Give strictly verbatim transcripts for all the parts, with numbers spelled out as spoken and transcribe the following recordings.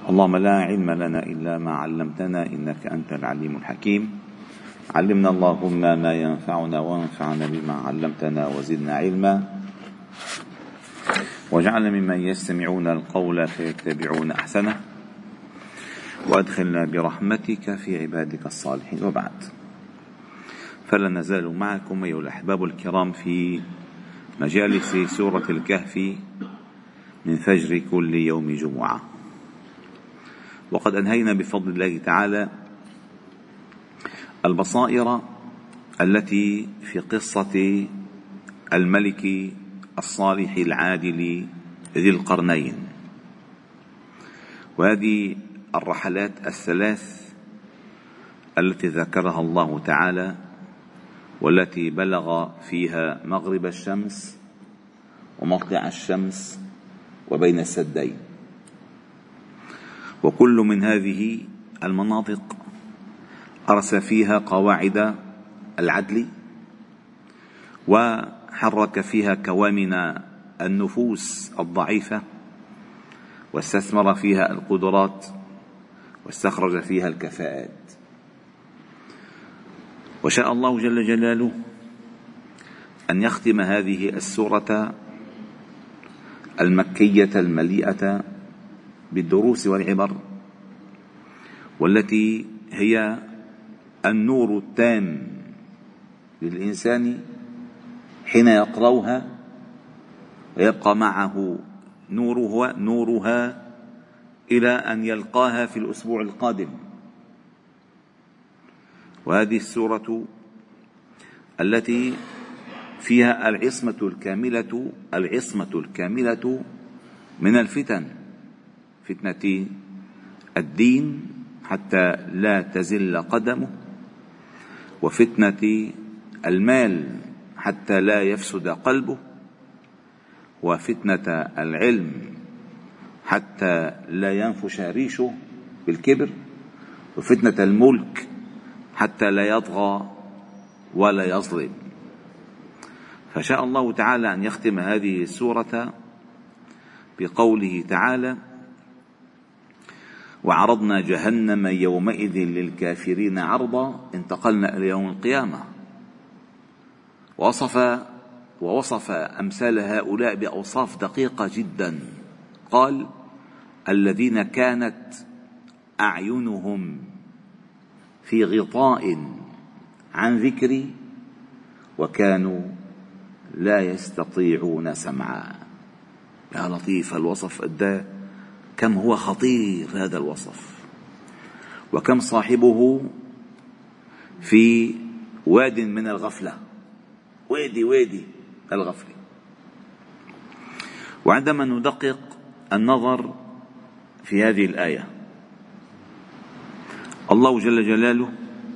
اللهم لا علم لنا إلا ما علمتنا إنك أنت العليم الحكيم. علمنا اللهم ما ينفعنا وانفعنا بما علمتنا وزدنا علما، واجعلنا ممن يستمعون القول فيتبعون أحسنه، وأدخلنا برحمتك في عبادك الصالحين. وبعد، فلا نزال معكم أيها الأحباب الكرام في مجالس سورة الكهف من فجر كل يوم جمعة، وقد أنهينا بفضل الله تعالى البصائر التي في قصة الملك الصالح العادل ذي القرنين، وهذه الرحلات الثلاث التي ذكرها الله تعالى، والتي بلغ فيها مغرب الشمس ومطلع الشمس وبين السدين. وكل من هذه المناطق أرسى فيها قواعد العدل، وحرك فيها كوامن النفوس الضعيفة، واستثمر فيها القدرات، واستخرج فيها الكفاءات. وشاء الله جل جلاله أن يختم هذه السورة المكية المليئة بالدروس والعبر، والتي هي النور التام للإنسان حين يقرأها، ويبقى معه نورها, نورها إلى أن يلقاها في الأسبوع القادم. وهذه السورة التي فيها العصمة الكاملة العصمة الكاملة من الفتن، فتنة الدين حتى لا تزل قدمه، وفتنة المال حتى لا يفسد قلبه، وفتنة العلم حتى لا ينفش ريشه بالكبر، وفتنة الملك حتى لا يطغى ولا يظلم. فشاء الله تعالى أن يختم هذه السورة بقوله تعالى: وعرضنا جهنم يومئذ للكافرين عرضا. انتقلنا إلى يوم القيامة، ووصف ووصف أمثال هؤلاء بأوصاف دقيقة جدا. قال: الذين كانت أعينهم في غطاء عن ذكري وكانوا لا يستطيعون سمعا. يا لطيف الوصف، قد كم هو خطير هذا الوصف، وكم صاحبه في واد من الغفلة، وادي وادي الغفلة. وعندما ندقق النظر في هذه الآية، الله جل جلاله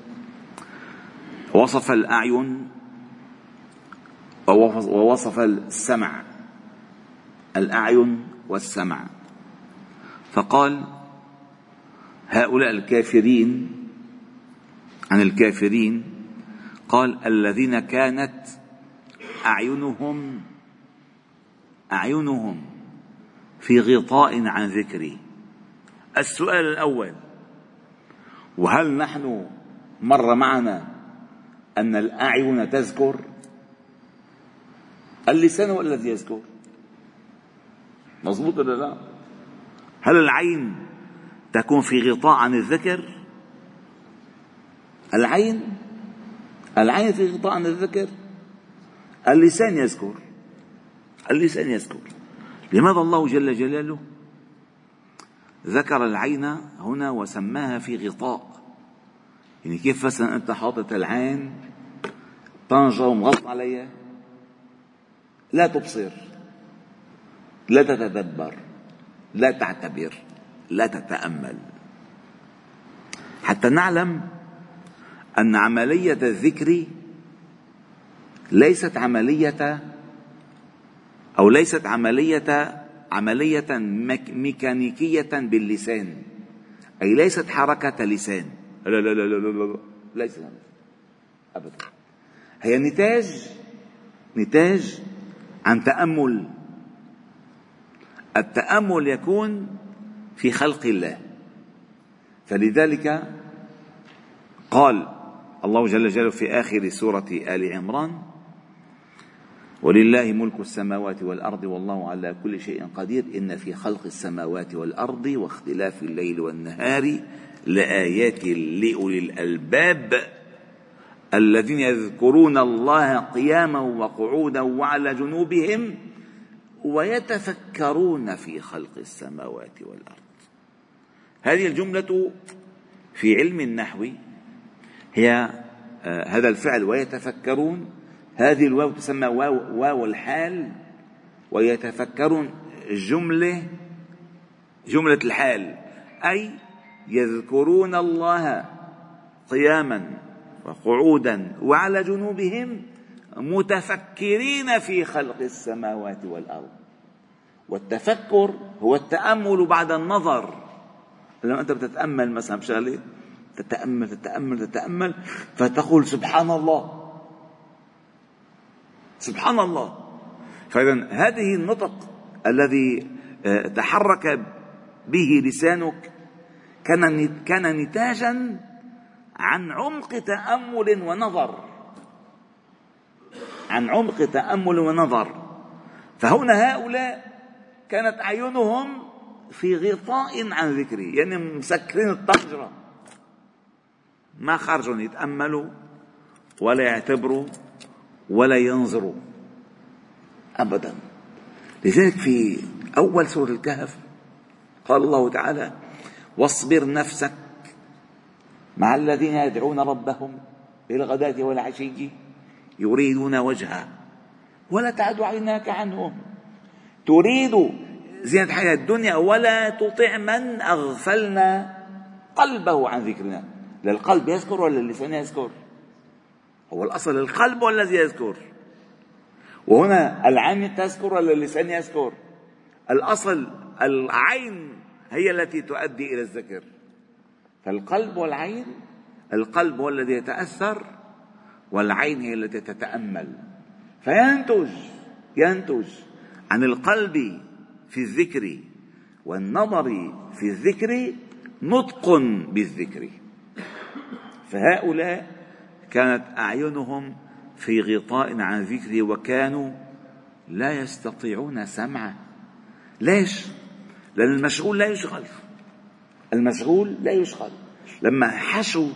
وصف الأعين ووصف السمع، الأعين والسمع، فقال: هؤلاء الكافرين، عن الكافرين قال: الذين كانت أعينهم أعينهم في غطاء عن ذكري. السؤال الأول: وهل نحن مر معنا أن الأعين تذكر؟ اللسان هو الذي يذكر، مضبوط ولا لا؟ هل العين تكون في غطاء عن الذكر؟ العين العين في غطاء عن الذكر. اللسان يذكر، اللسان يذكر. لماذا الله جل جلاله ذكر العين هنا وسماها في غطاء؟ يعني كيف مثلا أنت حاطط العين طنجة ومغطى عليها، لا تبصر، لا تتدبر، لا تعتبر، لا تتأمل، حتى نعلم أن عملية الذكر ليست عملية أو ليست عملية عملية ميكانيكية باللسان، أي ليست حركة لسان، لا لا لا لا لا لا ليس أبدا. هي نتاج نتاج عن تأمل. التأمل يكون في خلق الله. فلذلك قال الله جل جلاله في آخر سورة آل عمران: ولله ملك السماوات والأرض والله على كل شيء قدير إن في خلق السماوات والأرض واختلاف الليل والنهار لآيات لأولي الألباب الذين يذكرون الله قياما وقعودا وعلى جنوبهم ويتفكرون في خلق السماوات والأرض. هذه الجملة في علم النحو هي آه هذا الفعل ويتفكرون، هذه الواو تسمى واو, واو الحال، ويتفكرون جملة جملة الحال، أي يذكرون الله قياما وقعودا وعلى جنوبهم متفكرين في خلق السماوات والأرض. والتفكر هو التأمل بعد النظر. لما أنت بتتأمل مثلا بشغلة، تتأمل تتأمل تتأمل فتقول سبحان الله سبحان الله. فإذا هذه النطق الذي تحرك به لسانك كان كان نتاجا عن عمق تأمل ونظر، عن عمق تأمل ونظر. فهنا هؤلاء كانت أعينهم في غطاء عن ذكري، يعني مسكرين الطاجرة، ما خرجوا يتأملوا ولا يعتبروا ولا ينظروا أبدا. لذلك في أول سورة الكهف قال الله تعالى: واصبر نفسك مع الذين يدعون ربهم بالغداة والعشي يريدون وجهه ولا تعد عيناك عنهم تريد زينة الحياة الدنيا ولا تطع من أغفلنا قلبه عن ذكرنا. للقلب يذكر ولا اللسان يذكر؟ هو الأصل القلب هو الذي يذكر، وهنا العين تذكر ولا اللسان يذكر؟ الأصل العين هي التي تؤدي إلى الذكر. فالقلب والعين، القلب هو الذي يتأثر والعين هي التي تتأمل. فينتج ينتج عن القلب في الذكر والنظر في الذكر نطق بالذكر. فهؤلاء كانت أعينهم في غطاء عن ذكره وكانوا لا يستطيعون سمعه. ليش؟ لأن المشغول لا يشغل، المشغول لا يشغل. لما حشوا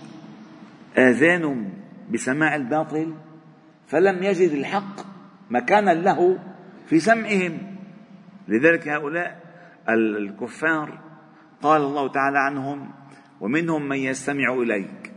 آذانهم بسماع الباطل فلم يجد الحق مكانا له في سمعهم. لذلك هؤلاء الكفار قال الله تعالى عنهم: ومنهم من يستمع إليك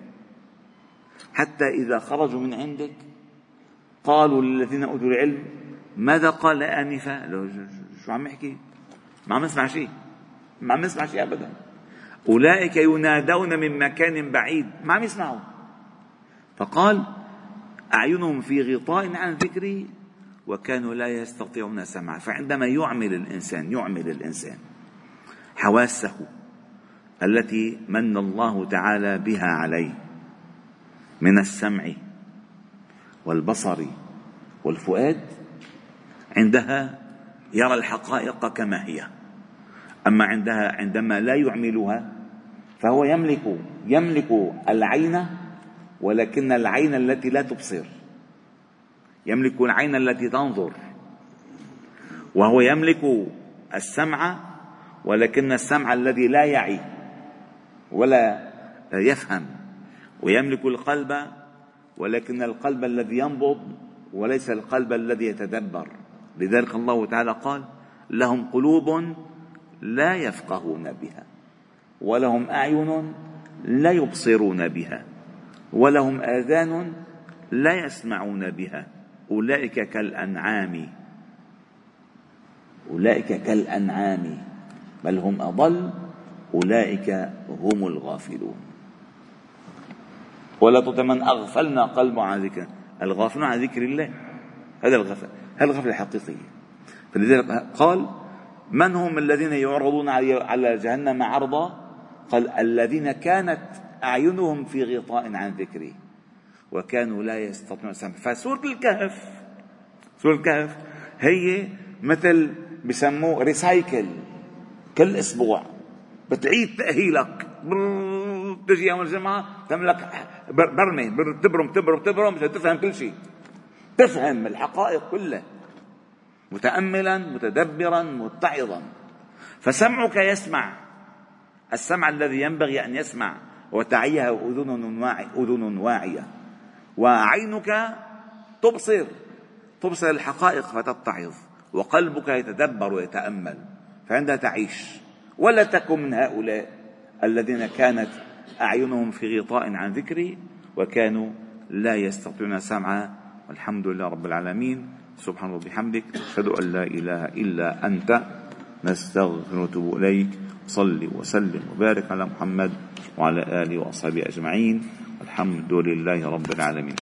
حتى إذا خرجوا من عندك قالوا للذين أوتوا العلم ماذا قال آنفا. شو عم يحكي؟ ما عم يسمع شيء، ما عم يسمع شيء أبدا. أولئك ينادون من مكان بعيد، ما عم يسمعوا. فقال: أعينهم في غطاء عن ذكري وكانوا لا يستطيعون سمع. فعندما يعمل الإنسان يعمل الإنسان حواسه التي من الله تعالى بها عليه من السمع والبصر والفؤاد، عندها يرى الحقائق كما هي. أما عندها عندما لا يعملها فهو يملك يملك العين، ولكن العين التي لا تبصر، يملك العين التي تنظر، وهو يملك السمع ولكن السمع الذي لا يعي ولا يفهم، ويملك القلب ولكن القلب الذي ينبض وليس القلب الذي يتدبر. لذلك الله تعالى قال: لهم قلوب لا يفقهون بها ولهم أعين لا يبصرون بها ولهم آذان لا يسمعون بها أولئك كالأنعام أولئك كالأنعام بل هم أضل أولئك هم الغافلون. ولا تطع من أغفلنا قلبه عن ذكر، الغافلون عن ذكر الله، هذا الغفل، هذا الغفلة الحقيقية. فلذلك قال: من هم الذين يعرضون على جهنم عرضا؟ قال: الذين كانت أعينهم في غطاء عن ذكري وكانوا لا يستطيعون سمع. فسورة الكهف سورة الكهف هي مثل بسموه ريسايكل، كل أسبوع بتعيد تأهيلك، تجي يوم الجمعة تملك برمي تبرم تبرم تبرم مشان تفهم كل شيء، تفهم الحقائق كلها، متأملا متدبرا متعظا. فسمعك يسمع السمع الذي ينبغي أن يسمع وتعيها أذن واعية, أذن واعية، وعينك تبصر تبصر الحقائق فتتعظ، وقلبك يتدبر ويتأمل، فعندها تعيش. ولا تكن من هؤلاء الذين كانت أعينهم في غطاء عن ذكري وكانوا لا يستطيعون سمعا. والحمد لله رب العالمين. سبحان الله وبحمدك، أشهد أن لا إله إلا أنت، نستغفرك ونتوب إليك. صل وسلم وبارك على محمد وعلى آله وأصحابه أجمعين. الحمد لله رب العالمين.